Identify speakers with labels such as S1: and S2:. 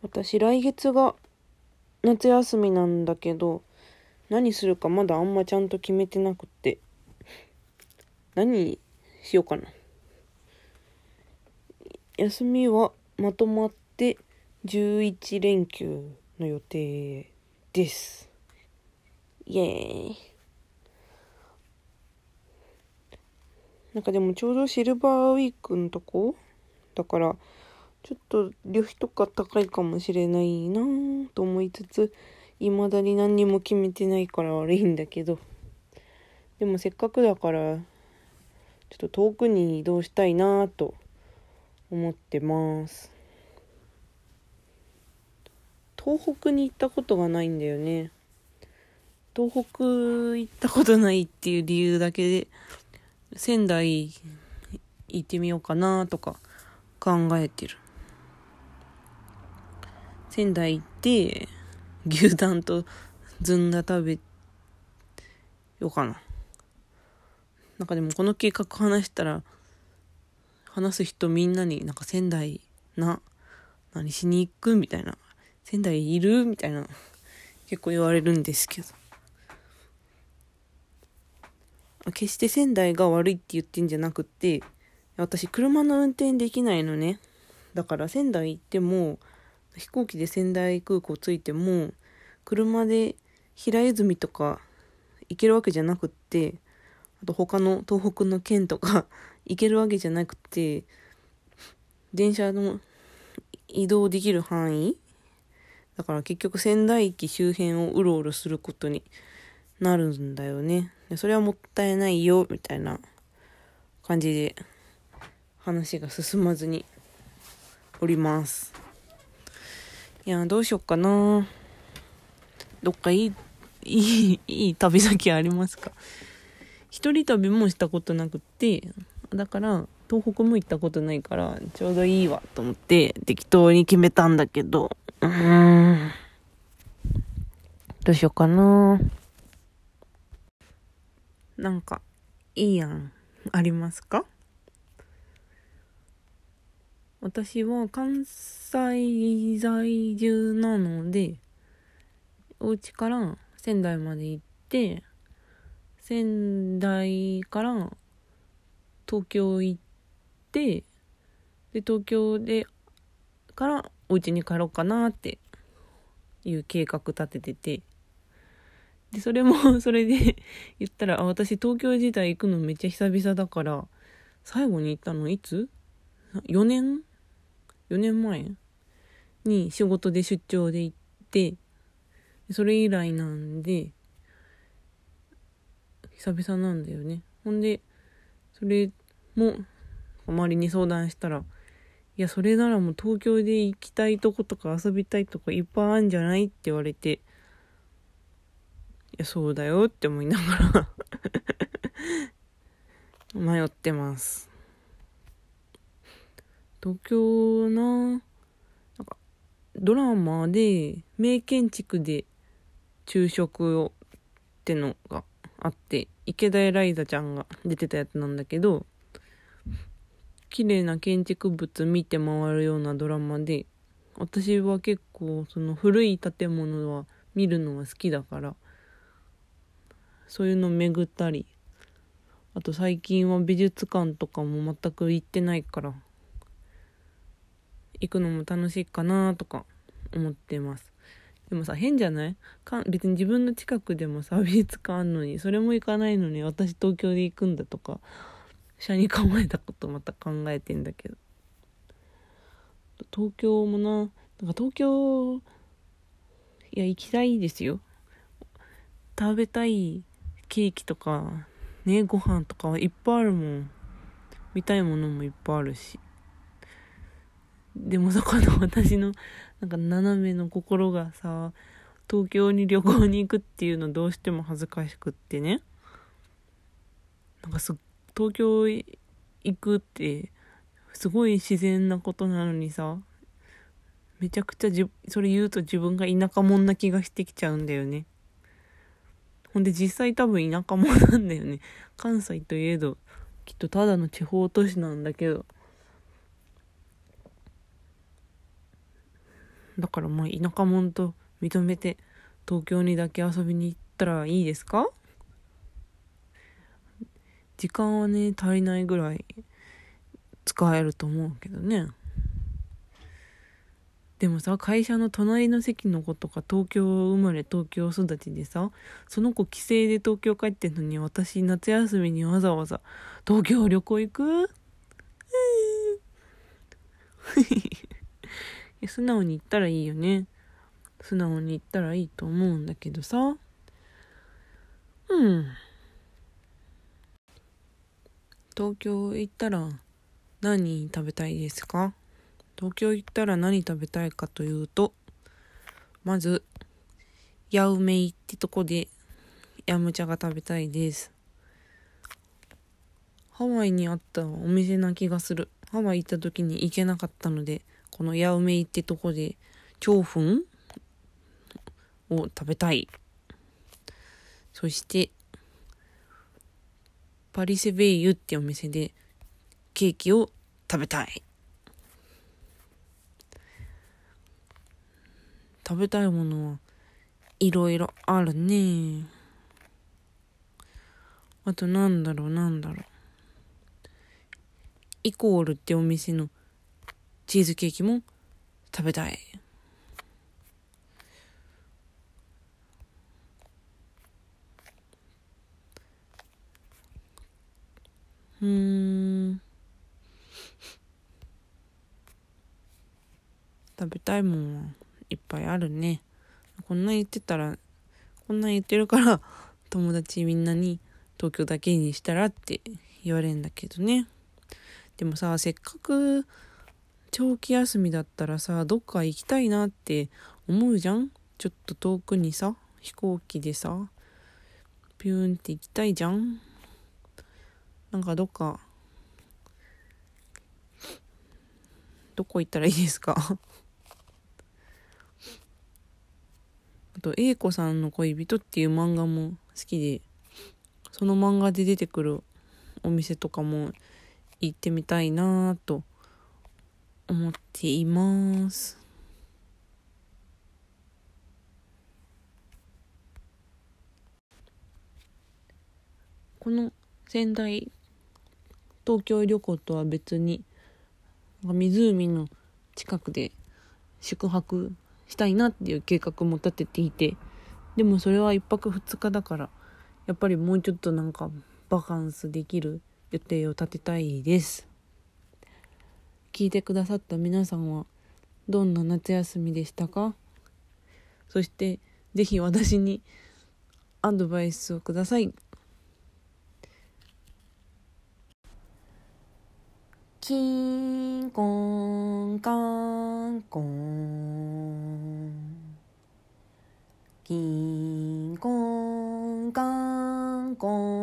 S1: 私来月が夏休みなんだけど、何するかまだあんまちゃんと決めてなくって、何しようかな。休みはまとまって11連休の予定です。イエーイ。なんかでもちょうどシルバーウィークのとこだから、ちょっと旅費とか高いかもしれないなぁと思いつつ、未だに何にも決めてないから悪いんだけど、でもせっかくだからちょっと遠くに移動したいなぁと思ってます。東北に行ったことがないんだよね。東北行ったことないっていう理由だけで仙台行ってみようかなとか考えてる。仙台行って牛タンとずんだ食べようかな。なんかでもこの計画話したら、話す人みんなになんか仙台何しに行くみたいな、仙台いるみたいな結構言われるんですけど、決して仙台が悪いって言ってんじゃなくって、私車の運転できないのね。だから仙台行っても、飛行機で仙台空港着いても、車で平泉とか行けるわけじゃなくって、あと他の東北の県とか行けるわけじゃなくて、電車の移動できる範囲だから結局仙台駅周辺をうろうろすることになるんだよね。それはもったいないよみたいな感じで話が進まずにおります。いや、どうしよっかな。どっかいい旅先ありますか？一人旅もしたことなくって、だから東北も行ったことないからちょうどいいわと思って適当に決めたんだけど、どうしようかな。なんかいい案ありますか？私は関西在住なので、お家から仙台まで行って、仙台から東京行って、で東京でからお家に帰ろうかなっていう計画立ててて、でそれもそれで言ったら、私東京自体行くのめっちゃ久々だから、最後に行ったのいつ 4年前に仕事で出張で行って、それ以来なんで久々なんだよね。ほんでそれも周りに相談したら、いやそれならもう東京で行きたいとことか遊びたいとこいっぱいあるんじゃないって言われて、いやそうだよって思いながら迷ってます。東京なんかドラマで名建築で昼食をってのがあって、池田エライザちゃんが出てたやつなんだけど、綺麗な建築物見て回るようなドラマで、私は結構その古い建物は見るのが好きだから、そういうの巡ったり、あと最近は美術館とかも全く行ってないから、行くのも楽しいかなとか思ってます。でもさ、変じゃない？別に自分の近くでもさ、美術館あんのに、それも行かないのに私東京で行くんだとか、車に構えたことまた考えてんだけど、東京もなんか東京、いや行きたいですよ。食べたいケーキとかね、ご飯とかいっぱいあるもん。見たいものもいっぱいあるし。でもそこの私のなんか斜めの心がさ、東京に旅行に行くっていうのどうしても恥ずかしくってね、なんか東京行くってすごい自然なことなのにさ、めちゃくちゃそれ言うと自分が田舎者な気がしてきちゃうんだよね。ほんで実際多分田舎者なんだよね。関西といえどきっとただの地方都市なんだけど、 だからまあ田舎者と認めて東京にだけ遊びに行ったらいいですか？時間はね足りないぐらい使えると思うけどね。でもさ、会社の隣の席の子とか東京生まれ東京育ちでさ、その子帰省で東京帰ってんのに、私夏休みにわざわざ東京旅行行く素直に言ったらいいよね。素直に言ったらいいと思うんだけどさ。東京行ったら何食べたいですか？東京行ったら何食べたいかというと、まずヤウメイってとこでヤムチャが食べたいです。ハワイにあったお店な気がする。ハワイ行った時に行けなかったので、このヤウメイってとこでチフンを食べたい。そしてパリセベイユってお店でケーキを食べたい。食べたいものはいろいろあるね。あとなんだろう。イコールってお店のチーズケーキも食べたい。食べたいもんはいっぱいあるね。こんな言ってるから友達みんなに東京だけにしたらって言われるんだけどね。でもさ、せっかく長期休みだったらさ、どっか行きたいなって思うじゃん。ちょっと遠くにさ、飛行機でさピューンって行きたいじゃん。なんかどこ行ったらいいですか？あと、英子さんの恋人っていう漫画も好きで、その漫画で出てくるお店とかも行ってみたいなと思っています。この仙台東京旅行とは別に、湖の近くで宿泊したいなっていう計画も立てていて、でもそれは一泊二日だから、やっぱりもうちょっとなんかバカンスできる予定を立てたいです。聞いてくださった皆さんはどんな夏休みでしたか？そしてぜひ私にアドバイスをください。キンコンカンコン、キンコンカンコン。